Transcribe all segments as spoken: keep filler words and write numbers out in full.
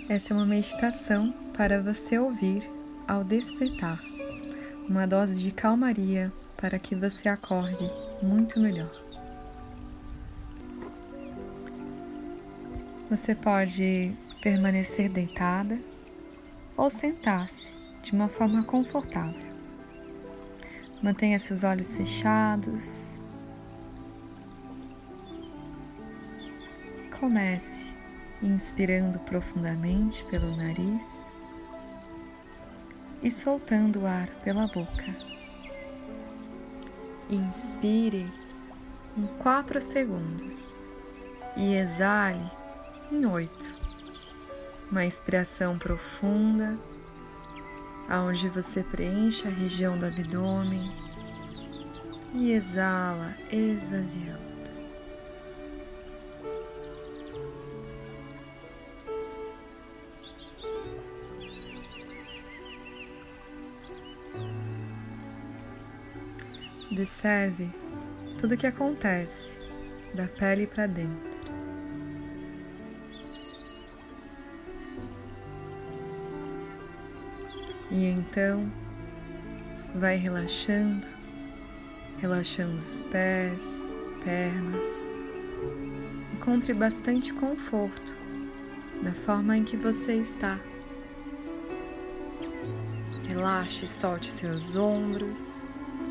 Essa é uma meditação para você ouvir ao despertar, uma dose de calmaria para que você acorde muito melhor. Você pode permanecer deitada ou sentar-se de uma forma confortável. Mantenha seus olhos fechados. Comece inspirando profundamente pelo nariz e soltando o ar pela boca. Inspire em quatro segundos e exale em oito. Uma inspiração profunda, aonde você preenche a região do abdômen e exala, esvaziando. Observe tudo o que acontece da pele para dentro. E então vai relaxando, relaxando os pés, pernas. Encontre bastante conforto na forma em que você está. Relaxe e solte seus ombros.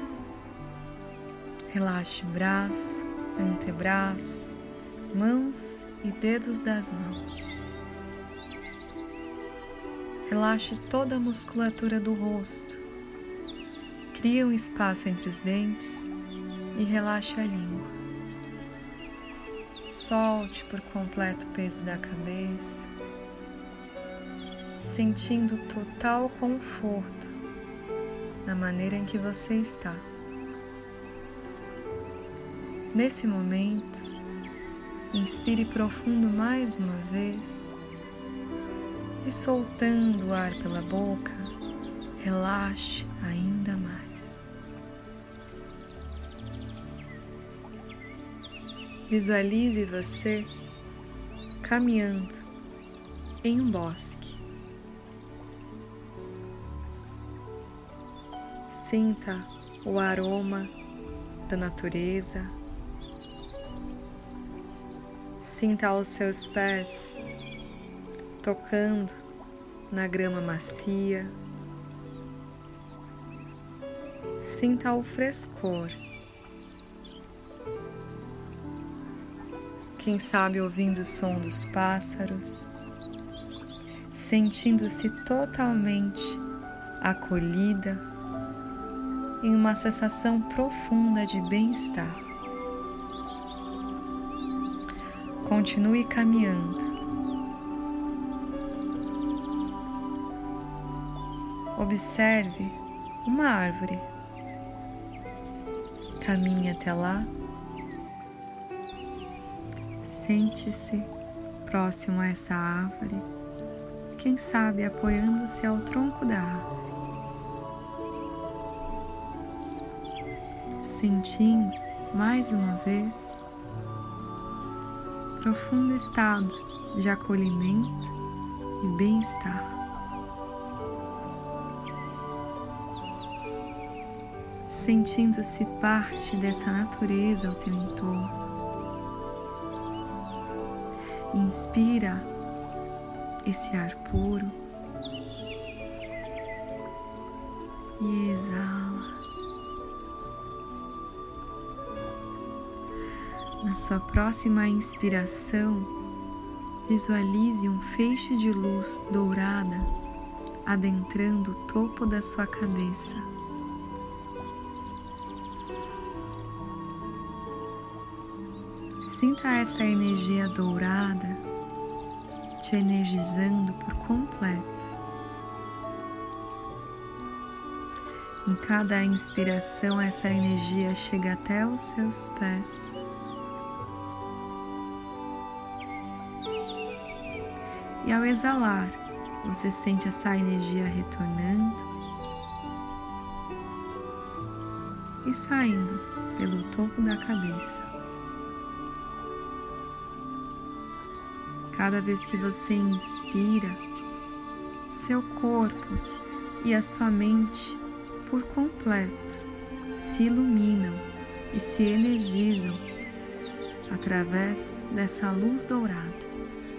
Relaxe braço, antebraço, mãos e dedos das mãos. Relaxe toda a musculatura do rosto. Crie um espaço entre os dentes e relaxe a língua. Solte por completo o peso da cabeça, sentindo total conforto na maneira em que você está. Nesse momento, inspire profundo mais uma vez e soltando o ar pela boca, relaxe ainda mais. Visualize você caminhando em um bosque. Sinta o aroma da natureza. Sinta aos seus pés tocando na grama macia. Sinta o frescor. Quem sabe ouvindo o som dos pássaros, sentindo-se totalmente acolhida em uma sensação profunda de bem-estar. Continue caminhando. Observe uma árvore. Caminhe até lá. Sente-se próximo a essa árvore, quem sabe apoiando-se ao tronco da árvore. Sentindo mais uma vez profundo estado de acolhimento e bem-estar. Sentindo-se parte dessa natureza ao teu entorno. Inspira esse ar puro e exala. Na sua próxima inspiração, visualize um feixe de luz dourada adentrando o topo da sua cabeça. Sinta essa energia dourada te energizando por completo. Em cada inspiração, essa energia chega até os seus pés. E ao exalar, você sente essa energia retornando e saindo pelo topo da cabeça. Cada vez que você inspira, seu corpo e a sua mente por completo se iluminam e se energizam através dessa luz dourada.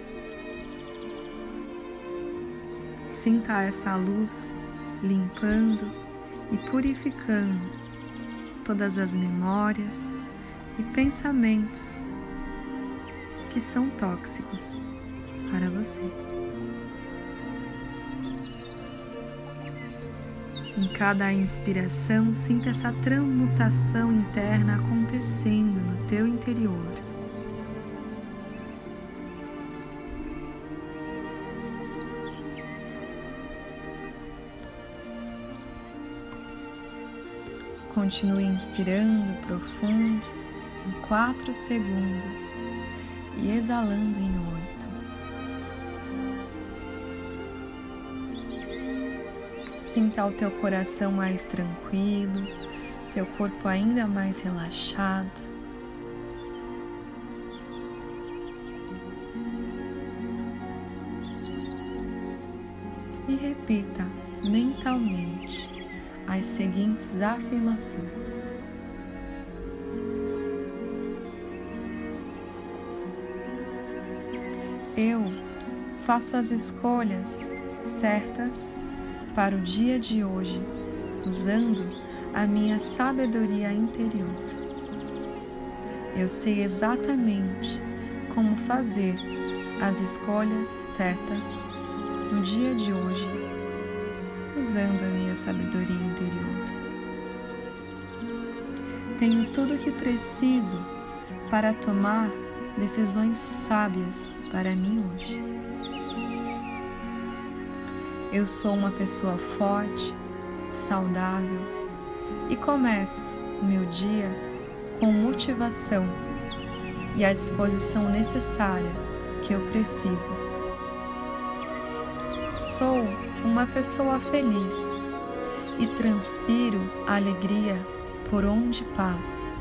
Sinta essa luz limpando e purificando todas as memórias e pensamentos que são tóxicos para você. Em cada inspiração, sinta essa transmutação interna acontecendo no teu interior. Continue inspirando profundo em quatro segundos e exalando em oito. Sinta o teu coração mais tranquilo, teu corpo ainda mais relaxado. E repita mentalmente as seguintes afirmações. Eu faço as escolhas certas para o dia de hoje, usando a minha sabedoria interior. Eu sei exatamente como fazer as escolhas certas no dia de hoje, usando a minha sabedoria interior. Tenho tudo o que preciso para tomar decisões sábias para mim hoje. Eu sou uma pessoa forte, saudável e começo o meu dia com motivação e a disposição necessária que eu preciso. Sou uma pessoa feliz e transpiro alegria por onde passo.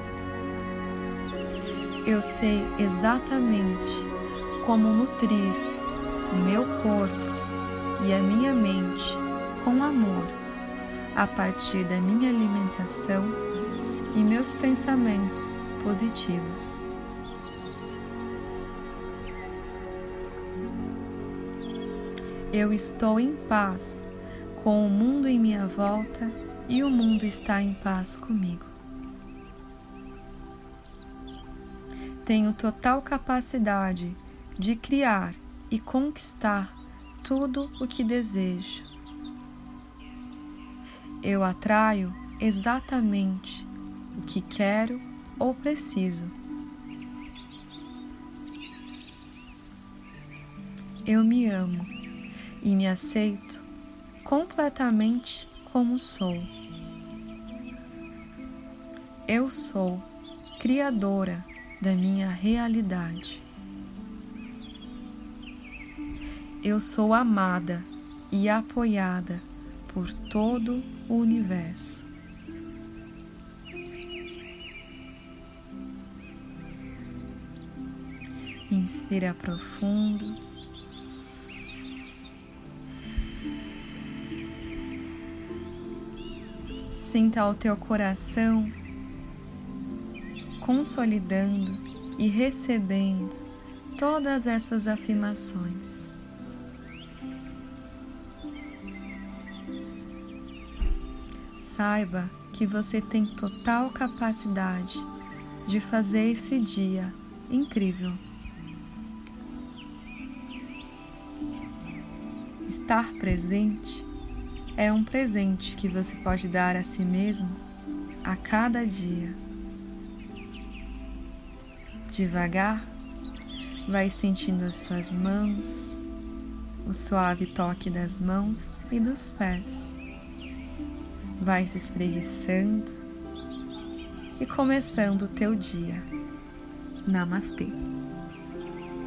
Eu sei exatamente como nutrir o meu corpo e a minha mente com amor a partir da minha alimentação e meus pensamentos positivos. Eu estou em paz com o mundo em minha volta e o mundo está em paz comigo. Tenho total capacidade de criar e conquistar tudo o que desejo. Eu atraio exatamente o que quero ou preciso. Eu me amo e me aceito completamente como sou. Eu sou criadora da minha realidade. Eu sou amada e apoiada por todo o universo. Inspira profundo. Sinta o teu coração consolidando e recebendo todas essas afirmações. Saiba que você tem total capacidade de fazer esse dia incrível. Estar presente é um presente que você pode dar a si mesmo a cada dia. Devagar, vai sentindo as suas mãos, o suave toque das mãos e dos pés. Vai se espreguiçando e começando o teu dia. Namastê.